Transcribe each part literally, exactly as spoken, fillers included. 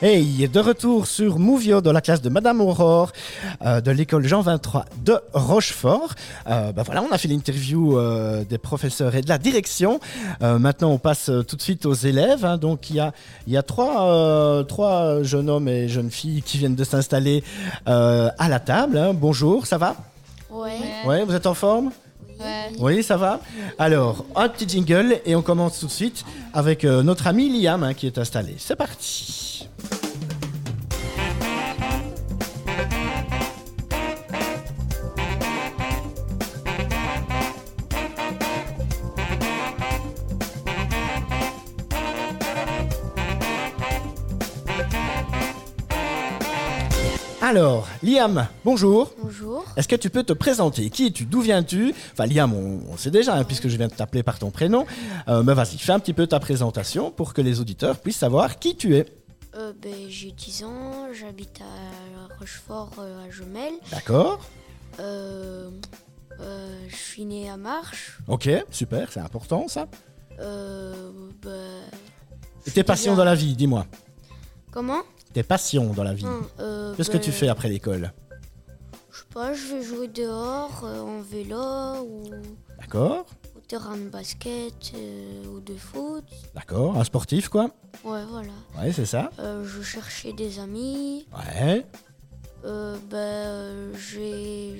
Hey, de retour sur Mouvio dans la classe de Madame Aurore euh, de l'école Jean vingt-trois de Rochefort. Euh, ben voilà, on a fait l'interview euh, des professeurs et de la direction. Euh, maintenant, on passe euh, tout de suite aux élèves. Hein. Donc, il y a, il y a trois, euh, trois jeunes hommes et jeunes filles qui viennent de s'installer euh, à la table. Hein. Bonjour, ça va ? Ouais. Ouais, vous êtes en forme ? Ouais. Oui, ça va. Alors, un petit jingle et on commence tout de suite avec euh, notre ami Liam hein, qui est installé. C'est parti. Alors, Liam, bonjour. Bonjour. Est-ce que tu peux te présenter ? Qui es-tu ? D'où viens-tu ? Enfin, Liam, on, on sait déjà, hein, puisque je viens de t'appeler par ton prénom. Euh, mais vas-y, fais un petit peu ta présentation pour que les auditeurs puissent savoir qui tu es. Euh, ben, j'ai dix ans, j'habite à Rochefort, euh, à Jemelle. D'accord ? Euh, euh, je suis né à Marche. Ok, super, c'est important ça. Euh, ben, Et tes passions dans la vie, dis-moi. Comment ? Tes passions dans la vie. Hum, euh, Qu'est-ce ben, que tu fais après l'école ? Je sais pas, je vais jouer dehors, euh, en vélo ou D'accord ? au terrain de basket euh, ou de foot. D'accord, un sportif quoi ? Ouais, voilà. Ouais, c'est ça. Euh, je cherchais des amis. Ouais. Euh, ben, euh, j'ai,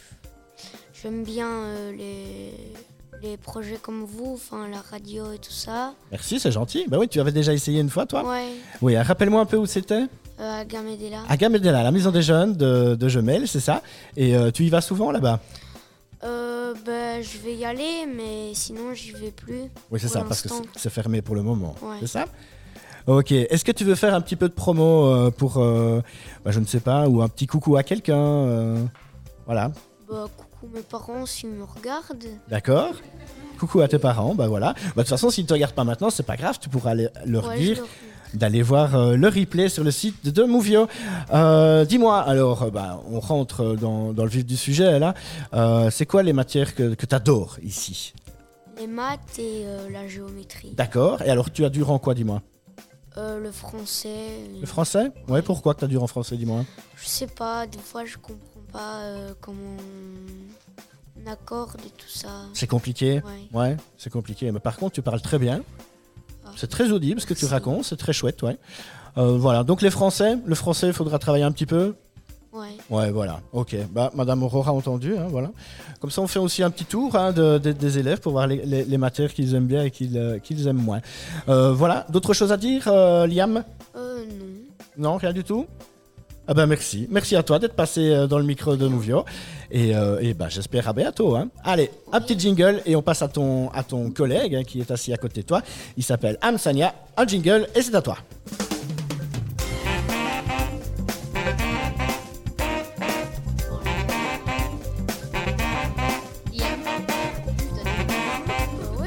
j'aime bien euh, les, les projets comme vous, enfin la radio et tout ça. Merci, c'est gentil. Bah oui, tu avais déjà essayé une fois toi ? Ouais, Oui, hein, rappelle-moi un peu où c'était ? euh, à Gamedela. À Gamedela, la maison des jeunes de, de Jemelle, c'est ça ? Et euh, tu y vas souvent là-bas ? Euh, ben, je vais y aller, mais sinon j'y vais plus. Oui, c'est pour ça, parce que l'instant. c'est c'est fermé pour le moment. Ouais. C'est ça ? Ok. Est-ce que tu veux faire un petit peu de promo euh, pour, euh, bah, je ne sais pas, ou un petit coucou à quelqu'un euh, Voilà. Bah, coucou mes parents s'ils me regardent. D'accord. Coucou à tes parents, bah voilà. Bah, de toute façon, s'ils ne te regardent pas maintenant, c'est pas grave, tu pourras aller leur Ouais, dire je leur- d'aller voir euh, le replay sur le site de Mouvio. Euh, dis-moi, alors, euh, bah, on rentre dans, dans le vif du sujet là. Euh, c'est quoi les matières que, que tu adores ici ? Les maths et euh, la géométrie. D'accord. Et alors, tu as dû en quoi, dis-moi ? Euh, le français. euh, Le français ? Ouais, pourquoi que tu as dû en français, dis-moi ? Je sais pas, des fois je comprends pas euh, comment on accorde et tout ça. C'est compliqué ? Ouais. Ouais, c'est compliqué. Mais par contre, tu parles très bien. Ah. C'est très audible ce que tu Merci. racontes, c'est très chouette, ouais. Euh, voilà, donc les Français, le français, il faudra travailler un petit peu. Ouais. Ouais, voilà, ok. Bah, Madame Aurore a entendu, hein, voilà. Comme ça, on fait aussi un petit tour hein, de, de- des élèves pour voir les, les- les matières qu'ils aiment bien et qu'ils euh, qu'ils aiment moins. Euh, voilà, d'autres choses à dire, euh, Liam ? Euh, non. Non, rien du tout ? Ah ben merci, merci à toi d'être passé euh, dans le micro de Mouvio. Et, euh, et ben, j'espère à bientôt. Hein. Allez, un petit jingle et on passe à ton, à ton collègue hein, qui est assis à côté de toi. Il s'appelle Amsania. Un jingle et c'est à toi. Oui.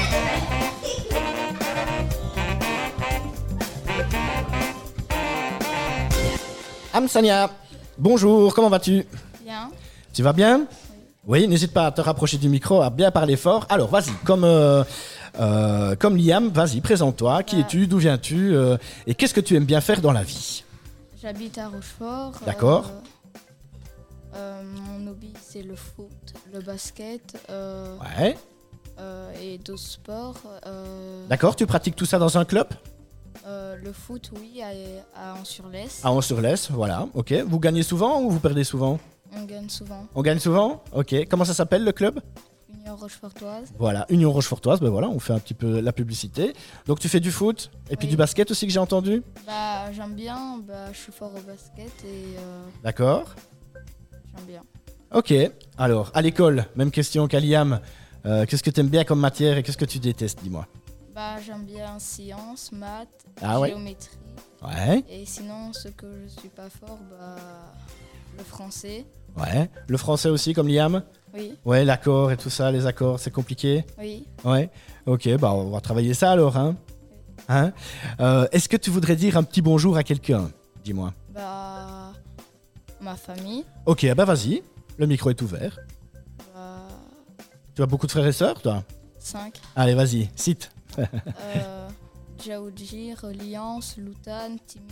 Amsania, bonjour, comment vas-tu ? Bien. Tu vas bien ? Oui, n'hésite pas à te rapprocher du micro, à bien parler fort. Alors, vas-y, comme, euh, euh, comme Liam, vas-y, présente-toi. Qui Ouais. es-tu ? D'où viens-tu ? Euh, Et qu'est-ce que tu aimes bien faire dans la vie ? J'habite à Rochefort. D'accord. Euh, euh, mon hobby, c'est le foot, le basket euh, Ouais. euh, et d'autres sports. Euh, D'accord, tu pratiques tout ça dans un club ? euh, le foot, oui, à, à Ans-sur-Lesse. À Ans-sur-Lesse, voilà, ok. Vous gagnez souvent ou vous perdez souvent ? On gagne souvent. On gagne souvent ? Ok. Comment ça s'appelle le club ? Union Rochefortoise. Voilà, Union Rochefortoise, ben voilà, on fait un petit peu la publicité. Donc tu fais du foot et puis Oui. du basket aussi que j'ai entendu ? Bah, j'aime bien. Bah, je suis fort au basket et euh, D'accord. j'aime bien. Ok, alors à l'école, même question qu'à Liam. Euh, qu'est-ce que tu aimes bien comme matière et qu'est-ce que tu détestes, dis-moi ? Bah, j'aime bien sciences, maths, Ah ouais. géométrie. Ouais, Et sinon, ce que je suis pas fort, bah, le français. ouais. Le français aussi comme Liam ? Oui, Ouais, l'accord et tout ça, les accords, c'est compliqué ? oui. Ouais. Ok, bah on va travailler ça alors, hein ? Hein ? Euh, Est-ce que tu voudrais dire un petit bonjour à quelqu'un ? Dis-moi. Bah, ma famille. Ok, bah vas-y, le micro est ouvert. Bah, Tu as beaucoup de frères et sœurs, toi ? cinq. Allez, vas-y, cite. euh, Djaoudji, Reliance, Loutan, Timi,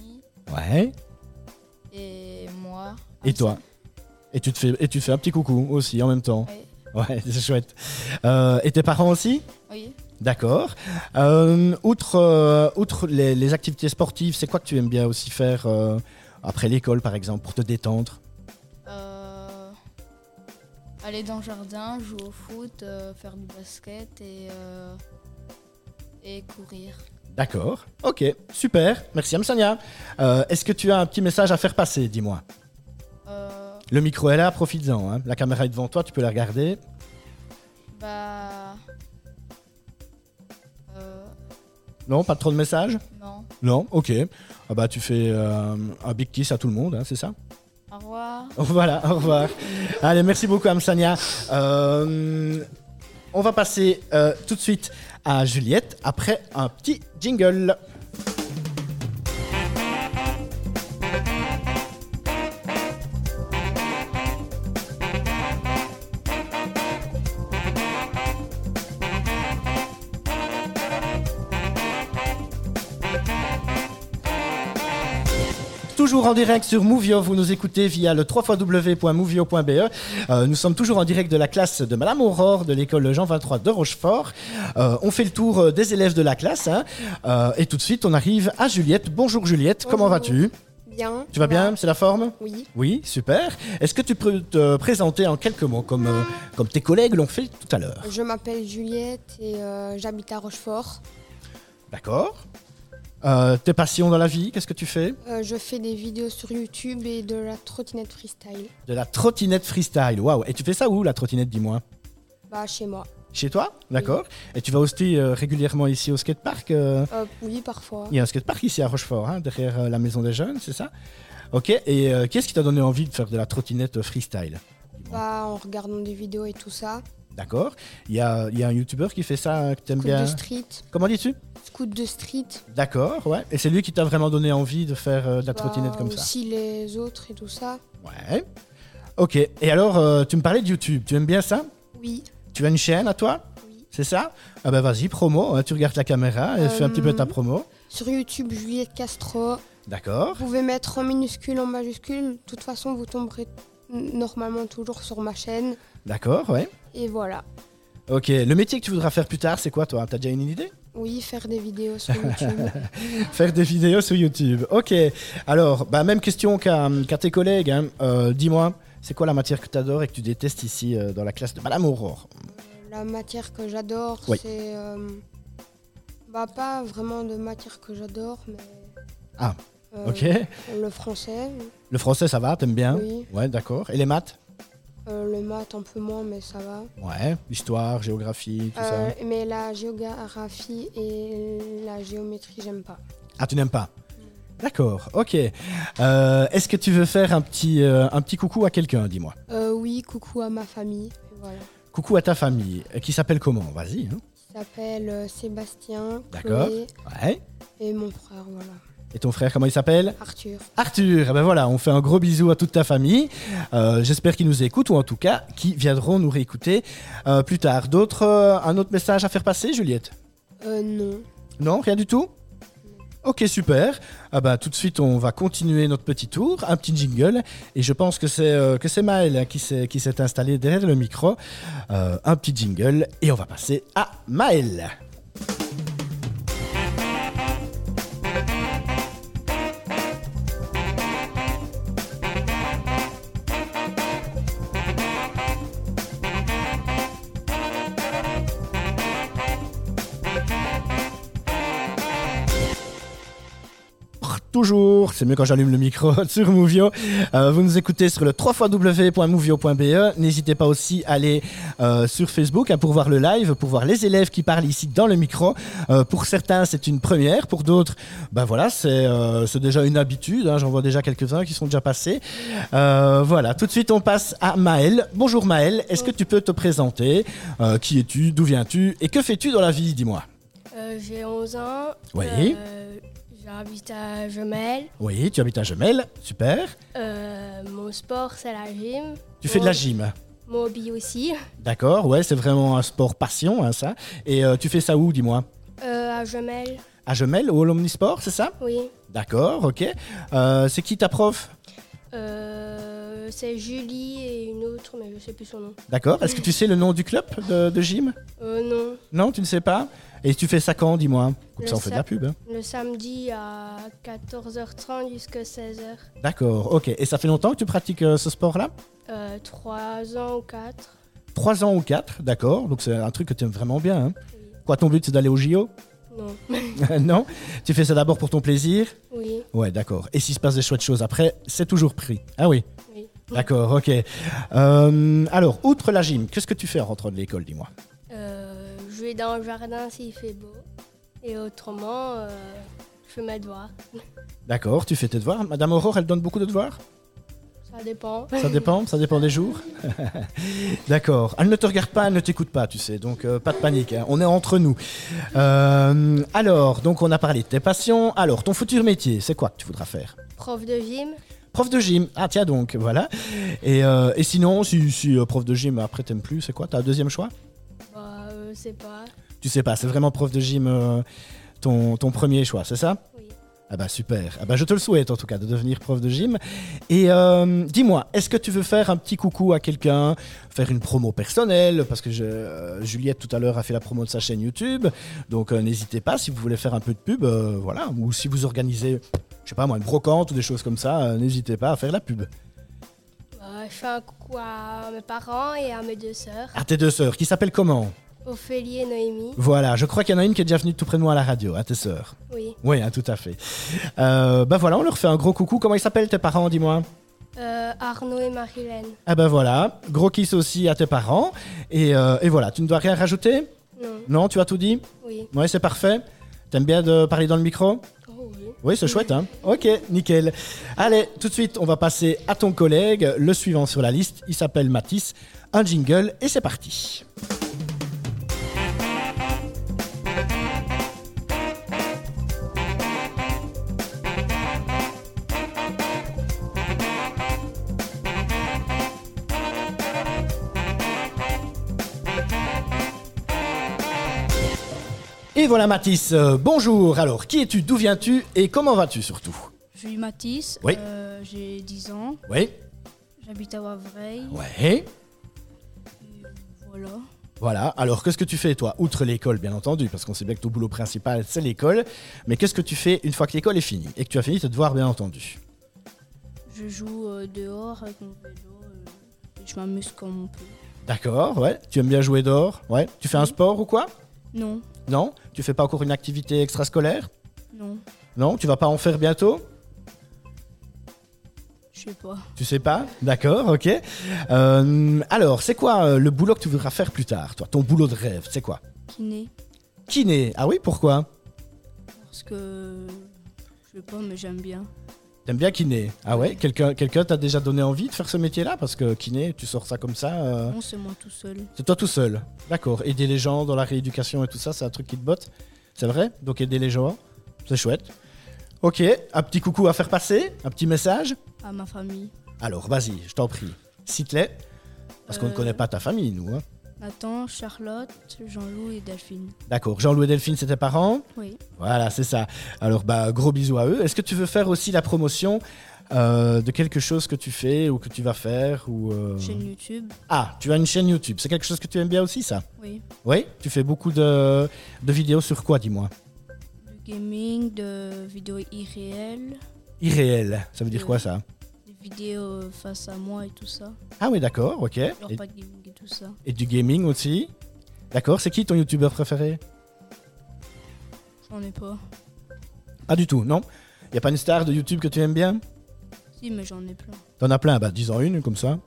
Ouais. Et moi. Et toi? Et tu te fais, et tu te fais un petit coucou aussi en même temps. Oui. Ouais, c'est chouette. Euh, et tes parents aussi? Oui. D'accord. Euh, outre euh, outre les, les activités sportives, c'est quoi que tu aimes bien aussi faire euh, après l'école, par exemple, pour te détendre? Euh, aller dans le jardin, jouer au foot, euh, faire du basket et, euh, et courir. D'accord. Ok, super. Merci, Amsania. Euh, Est-ce que tu as un petit message à faire passer, dis-moi? Euh, Le micro est là, profites-en. Hein. La caméra est devant toi, tu peux la regarder. bah. Euh, Non, pas trop de messages? non. Non, ok. Ah bah, tu fais euh, un big kiss à tout le monde, hein, c'est ça? Au revoir. Voilà, au revoir. Allez, merci beaucoup, Amsania. Euh, on va passer euh, tout de suite à Juliette après un petit jingle. Toujours en direct sur Movio, vous nous écoutez via le w w w point movio point b e. Euh, nous sommes toujours en direct de la classe de Madame Aurore de l'école Jean vingt-trois de Rochefort. Euh, on fait le tour des élèves de la classe hein. euh, et tout de suite on arrive à Juliette. Bonjour Juliette, Bonjour. comment vas-tu? Bien. Tu vas bien? C'est la forme? Oui. Oui, super. Est-ce que tu peux te présenter en quelques mots comme, euh, comme tes collègues l'ont fait tout à l'heure? Je m'appelle Juliette et euh, j'habite à Rochefort. D'accord. Euh, tes passions dans la vie, qu'est-ce que tu fais? Euh, je fais des vidéos sur YouTube et de la trottinette freestyle. De la trottinette freestyle, waouh. Et tu fais ça où la trottinette, dis-moi? Bah chez moi. Chez toi? D'accord. Et tu vas aussi euh, régulièrement ici au skatepark euh, Euh, oui, parfois. Il y a un skatepark ici à Rochefort, hein, derrière euh, la maison des jeunes, c'est ça? Ok. Et euh, qu'est-ce qui t'a donné envie de faire de la trottinette freestyle? Dis-moi. Bah en regardant des vidéos et tout ça. D'accord. Il y a, il y a un youtubeur qui fait ça euh, que t'aimes Scoot bien. de street. Comment dis-tu? Scoot de street. D'accord, ouais. Et c'est lui qui t'a vraiment donné envie de faire euh, de la Bah, trottinette comme ça? aussi les autres et tout ça. Ouais. Ok. Et alors, euh, tu me parlais de YouTube. Tu aimes bien ça? Oui. Tu as une chaîne à toi? Oui. C'est ça? Ah ben vas-y, promo. Hein, tu regardes la caméra et Euh, fais un petit peu ta promo. Sur YouTube, Juliette Castro. D'accord. Vous pouvez mettre en minuscule, en majuscule. De toute façon, vous tomberez n- normalement toujours sur ma chaîne. D'accord, ouais. Et voilà. Ok. Le métier que tu voudras faire plus tard, c'est quoi toi? T'as déjà une idée? Oui, faire des vidéos sur YouTube. Faire des vidéos sur YouTube. Ok. Alors, bah, même question qu'à qu'à tes collègues. Hein. Euh, dis-moi, c'est quoi la matière que tu adores et que tu détestes ici euh, dans la classe de Madame Aurore? La matière que j'adore, Oui. c'est... euh, bah, pas vraiment de matière que j'adore, mais... Ah, euh, ok. Le français, Le français, ça va? T'aimes bien? oui. Ouais, d'accord. Et les maths? Euh, le maths, un peu moins, mais ça va. Ouais. Histoire, géographie, tout Euh, ça. mais la géographie et la géométrie, j'aime pas. Ah, tu n'aimes pas? D'accord, ok. Euh, Est-ce que tu veux faire un petit, euh, un petit coucou à quelqu'un, dis-moi? Euh, oui, coucou à ma famille. Et voilà. Coucou à ta famille. Euh, Qui s'appelle comment? Vas-y. Hein. Il s'appelle euh, Sébastien, D'accord. Chloé Ouais. et mon frère, voilà. Et ton frère, comment il s'appelle? Arthur. Arthur. Eh ben voilà, on fait un gros bisou à toute ta famille. Euh, J'espère qu'ils nous écoutent, ou en tout cas, qu'ils viendront nous réécouter euh, plus tard. D'autres, euh, un autre message à faire passer, Juliette? Euh, non. Non, rien du tout? Ok, super. Ah bah, tout de suite, on va continuer notre petit tour, un petit jingle. Et je pense que c'est euh, que c'est Maël hein, qui s'est qui s'est installé derrière le micro. Euh, un petit jingle et on va passer à Maël. Toujours, c'est mieux quand j'allume le micro sur Movio. Euh, vous nous écoutez sur le w w w point movio point b e. N'hésitez pas aussi à aller euh, sur Facebook hein, pour voir le live, pour voir les élèves qui parlent ici dans le micro. Euh, pour certains, c'est une première. Pour d'autres, ben voilà, c'est euh, c'est déjà une habitude. Hein, j'en vois déjà quelques-uns qui sont déjà passés. Euh, voilà, tout de suite, on passe à Maël. Bonjour Maël, est-ce que tu peux te présenter? Euh, Qui es-tu? D'où viens-tu? Et que fais-tu dans la vie? Dis-moi. Euh, j'ai onze ans. Oui. Euh, J'habite à Jemelle. Oui, tu habites à Jemelle. Super. Euh, mon sport, c'est la gym. Tu fais de la Mon- gym. Mon hobby aussi. D'accord, ouais, c'est vraiment un sport passion, hein, ça. Et euh, tu fais ça où, dis-moi? Euh, à Jemelle. À Gemelle, au Omnisport, c'est ça? Oui. D'accord, ok. Euh, c'est qui ta prof? Euh, c'est Julie et une autre, mais je sais plus son nom. D'accord. Est-ce que tu sais le nom du club de, de gym? Euh, non. Non, tu ne sais pas? Et tu fais ça quand, dis-moi? Comme Le ça, on fait de la sa- pub. Hein. Le samedi à quatorze heures trente jusqu'à seize heures. D'accord, ok. Et ça fait longtemps que tu pratiques euh, ce sport-là? Euh, trois ans ou quatre. Trois ans ou quatre, d'accord. Donc c'est un truc que tu aimes vraiment bien. Hein. Oui. Quoi, ton but, c'est d'aller au J O? Non. Non? Tu fais ça d'abord pour ton plaisir? Oui. Ouais, d'accord. Et s'il se passe des chouettes choses après, c'est toujours pris. Ah oui? Oui. D'accord, ok. Euh, alors, outre la gym, qu'est-ce que tu fais en rentrant de l'école, dis-moi? Euh, je vais dans le jardin s'il fait beau. Et autrement, euh, je fais mes devoirs. D'accord, tu fais tes devoirs. Madame Aurore, elle donne beaucoup de devoirs? Ça dépend. Ça dépend, ça dépend des jours. D'accord. Elle ne te regarde pas, elle ne t'écoute pas, tu sais, donc euh, pas de panique, hein. On est entre nous. Euh, alors, donc on a parlé de tes passions. Alors, ton futur métier, c'est quoi que tu voudras faire? Prof de gym. Prof de gym. Ah tiens donc, voilà. Et, euh, et sinon, si, si euh, prof de gym, après t'aimes plus, c'est quoi? T'as un deuxième choix? Bah, euh, c'est pas. Tu sais pas, c'est vraiment prof de gym euh, ton, ton premier choix, c'est ça? Oui. Ah bah super, ah bah je te le souhaite en tout cas de devenir prof de gym. Et euh, dis-moi, est-ce que tu veux faire un petit coucou à quelqu'un, faire une promo personnelle, parce que je, euh, Juliette tout à l'heure a fait la promo de sa chaîne YouTube, donc euh, n'hésitez pas si vous voulez faire un peu de pub, euh, voilà, ou si vous organisez, je sais pas moi, une brocante ou des choses comme ça, euh, n'hésitez pas à faire la pub. Bah, je fais un coucou à mes parents et à mes deux sœurs. À tes deux sœurs, qui s'appellent comment? Ophélie et Noémie. Voilà, je crois qu'il y en a une qui est déjà venue tout près de moi à la radio, à tes sœurs. Oui. Oui, hein, tout à fait. Euh, bah voilà, on leur fait un gros coucou. Comment ils s'appellent tes parents, dis-moi? Euh, Arnaud et Marilène. Ah ben voilà, gros kiss aussi à tes parents. Et, euh, et voilà, tu ne dois rien rajouter? Non. Non, tu as tout dit? Oui. Ouais, c'est parfait. T'aimes bien de parler dans le micro? Oh oui. Oui, c'est chouette, hein? Ok, nickel. Allez, tout de suite, on va passer à ton collègue, le suivant sur la liste. Il s'appelle Mathis. Un jingle et c'est parti. Et voilà Mathis, euh, bonjour. Alors, qui es-tu, d'où viens-tu et comment vas-tu surtout? Je suis Mathis, Oui. euh, j'ai dix ans, Oui. j'habite à Wavreil, Ouais. et voilà. Voilà, alors qu'est-ce que tu fais toi, outre l'école bien entendu, parce qu'on sait bien que ton boulot principal c'est l'école, mais qu'est-ce que tu fais une fois que l'école est finie et que tu as fini tes devoirs bien entendu? Je joue euh, dehors avec mon vélo, euh, et je m'amuse comme on peut. D'accord, ouais. Tu aimes bien jouer dehors? Ouais. Tu fais un sport ou quoi? Non, Non? Tu fais pas encore une activité extrascolaire? non, Non? Tu vas pas en faire bientôt? je sais pas. Tu sais pas? D'accord, ok. Euh, alors, c'est quoi euh, le boulot que tu voudras faire plus tard, toi? Ton boulot de rêve, c'est quoi? Kiné, Kiné. Ah oui, pourquoi? parce que je sais pas, mais j'aime bien. T'aimes bien kiné? Ah ouais? Quelqu'un quelqu'un t'a déjà donné envie de faire ce métier-là? Parce que kiné, tu sors ça comme ça. euh, Non, c'est moi tout seul. C'est toi tout seul. D'accord. Aider les gens dans la rééducation et tout ça, c'est un truc qui te botte? C'est vrai? Donc aider les gens, c'est chouette. Ok, un petit coucou à faire passer? Un petit message? À ma famille, Alors, vas-y, je t'en prie. Cite-les. Parce qu'on ne Euh. connaît pas ta famille, nous. Hein. Nathan, Charlotte, Jean-Loup et Delphine. D'accord. Jean-Louis et Delphine, c'est tes parents? Oui, Voilà, c'est ça. Alors, bah, gros bisous à eux. Est-ce que tu veux faire aussi la promotion euh, de quelque chose que tu fais ou que tu vas faire ou euh, chaîne YouTube, Ah, tu as une chaîne YouTube. C'est quelque chose que tu aimes bien aussi, ça? oui. Oui? Tu fais beaucoup de, de vidéos sur quoi, dis-moi? Du gaming, de vidéos irréelles, Irréel. Ça veut dire Euh. quoi, ça? des vidéos face à moi et tout ça. Ah oui, d'accord, ok. Genre Et, pas de gaming et tout ça. et du gaming aussi? D'accord. C'est qui ton youtubeur préféré? J'en ai pas. Ah, du tout, non? Y a pas une star de YouTube que tu aimes bien? Si, mais j'en ai plein. T'en as plein, bah dis-en une, comme ça.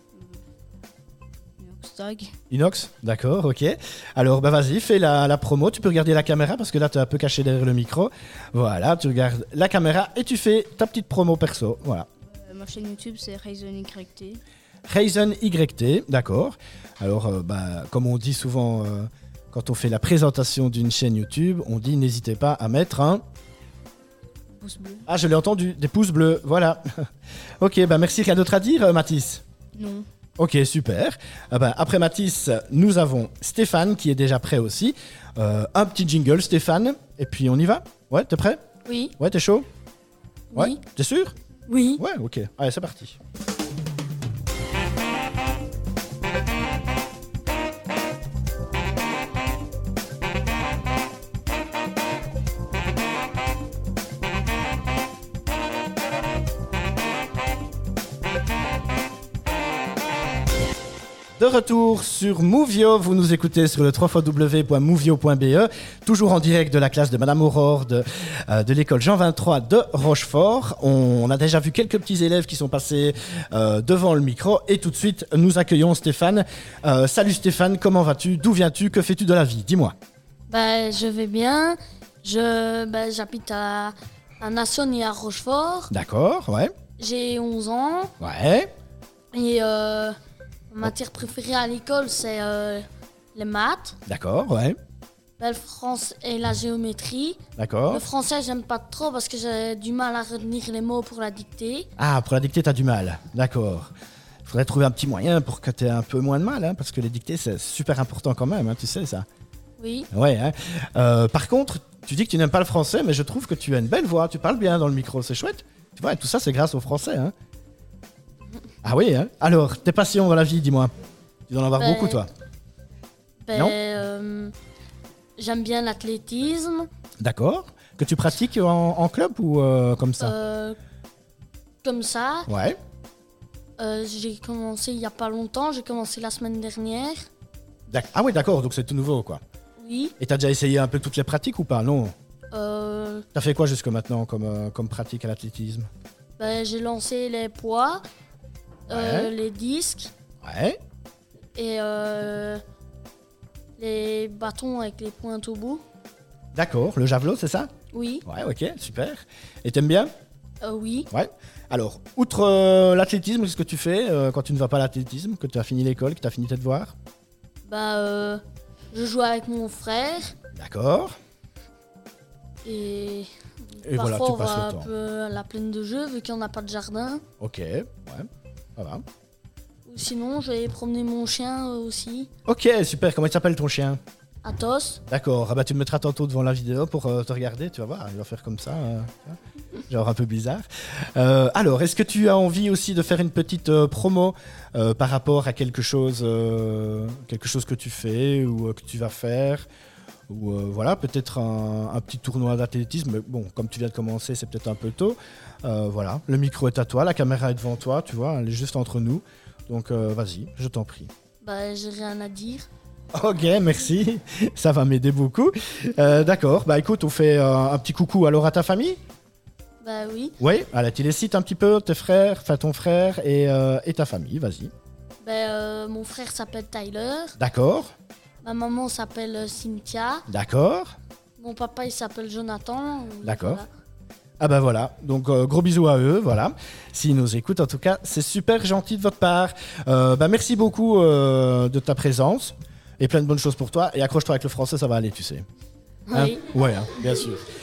Yoxtag. Inox, d'accord, ok. Alors, bah vas-y, fais la, la promo. Tu peux regarder la caméra parce que là, tu es un peu caché derrière le micro. Voilà, tu regardes la caméra et tu fais ta petite promo perso. Voilà. Euh, ma chaîne YouTube, c'est Ryzen Y T. Ryzen Y T, d'accord. Alors, euh, bah, comme on dit souvent euh, quand on fait la présentation d'une chaîne YouTube, on dit n'hésitez pas à mettre un. Pouce bleu. Ah, je l'ai entendu, des pouces bleus, voilà. Ok, bah merci. Rien d'autre à dire, euh, Mathis? Non. Ok, super. Ah ben, après Mathis, nous avons Stéphane qui est déjà prêt aussi. Euh, un petit jingle, Stéphane, et puis on y va. Ouais, t'es prêt? Oui. Ouais, t'es chaud? Ouais, Oui. t'es sûr? Oui. Ouais, ok. Allez, c'est parti. De retour sur Movio, vous nous écoutez sur le w w w point movio point b e, toujours en direct de la classe de Madame Aurore de, euh, de l'école Jean vingt-trois de Rochefort. On, on a déjà vu quelques petits élèves qui sont passés euh, devant le micro et tout de suite nous accueillons Stéphane. Euh, salut Stéphane, comment vas-tu? D'où viens-tu? Que fais-tu de la vie? Dis-moi. Bah, je vais bien. Je, bah, j'habite à, à Nassau et à Rochefort. D'accord, ouais. J'ai onze ans. Ouais, Et euh, ma matière préférée à l'école, c'est euh, les maths, d'accord, ouais, bah, le français et la géométrie. d'accord. Le français, j'aime pas trop parce que j'ai du mal à retenir les mots pour la dictée. Ah, pour la dictée, t'as du mal, d'accord. Il faudrait trouver un petit moyen pour que t'aies un peu moins de mal, hein, parce que les dictées, c'est super important quand même, hein, tu sais ça. Oui. Ouais, hein. Euh, par contre, tu dis que tu n'aimes pas le français, mais je trouve que tu as une belle voix, tu parles bien dans le micro, c'est chouette. Tu vois, et tout ça, c'est grâce au français, hein. Ah oui, hein. Alors, tes passions dans la vie, dis-moi. Tu dois en avoir Ben, beaucoup, toi. Ben, Non. euh, j'aime bien l'athlétisme. D'accord. Que tu pratiques en, en club ou euh, comme ça? Euh, comme ça, Ouais. euh, j'ai commencé il y a pas longtemps. J'ai commencé la semaine dernière. D'ac- Ah oui, d'accord, donc c'est tout nouveau, quoi. Oui. Et t'as déjà essayé un peu toutes les pratiques ou pas? Non. Euh, T'as fait quoi jusque maintenant comme, euh, comme pratique à l'athlétisme? ben, j'ai lancé les poids, euh, Ouais. les disques Ouais. et euh, les bâtons avec les pointes au bout. D'accord, le javelot, c'est ça? Oui. Ouais, ok, super. Et t'aimes bien? Euh, oui. Ouais. Alors, outre euh, l'athlétisme, qu'est-ce que tu fais euh, quand tu ne vas pas à l'athlétisme, que tu as fini l'école, que tu as fini tes devoirs? Bah, euh, je joue avec mon frère D'accord. et, Et voilà, parfois tu on passes va le un temps. peu à la plaine de jeux vu qu'il n'y en a pas de jardin. Ok, ouais, ça va. Ou sinon, je vais promener mon chien euh, aussi, Ok, super. Comment il s'appelle ton chien? Athos. D'accord. Ah bah, tu me mettras tantôt devant la vidéo pour euh, te regarder, tu vas voir. Il va faire comme ça, euh, genre un peu bizarre. Euh, alors, est-ce que tu as envie aussi de faire une petite euh, promo euh, par rapport à quelque chose, euh, quelque chose que tu fais ou euh, que tu vas faire? Ou euh, voilà, peut-être un, un petit tournoi d'athlétisme. Mais bon, comme tu viens de commencer, c'est peut-être un peu tôt. Euh, voilà, le micro est à toi, la caméra est devant toi, tu vois, elle est juste entre nous. Donc euh, vas-y, je t'en prie. Bah, j'ai rien à dire. Ok, merci, ça va m'aider beaucoup. Euh, D'accord, bah écoute, on fait euh, un petit coucou alors à ta famille? Bah oui. Oui, allez, tu les cites un petit peu, tes frères, enfin ton frère et, euh, et ta famille, vas-y. Bah, euh, mon frère s'appelle Tyler. D'accord, Ma maman s'appelle euh, Cynthia. d'accord. Mon papa, il s'appelle Jonathan. Euh, D'accord. voilà. Ah bah voilà, donc euh, gros bisous à eux, voilà. S'ils nous écoutent, en tout cas, c'est super gentil de votre part. Euh, bah merci beaucoup euh, de ta présence et plein de bonnes choses pour toi. Et accroche-toi avec le français, ça va aller, tu sais. Hein? Oui. Ouais, hein, bien sûr.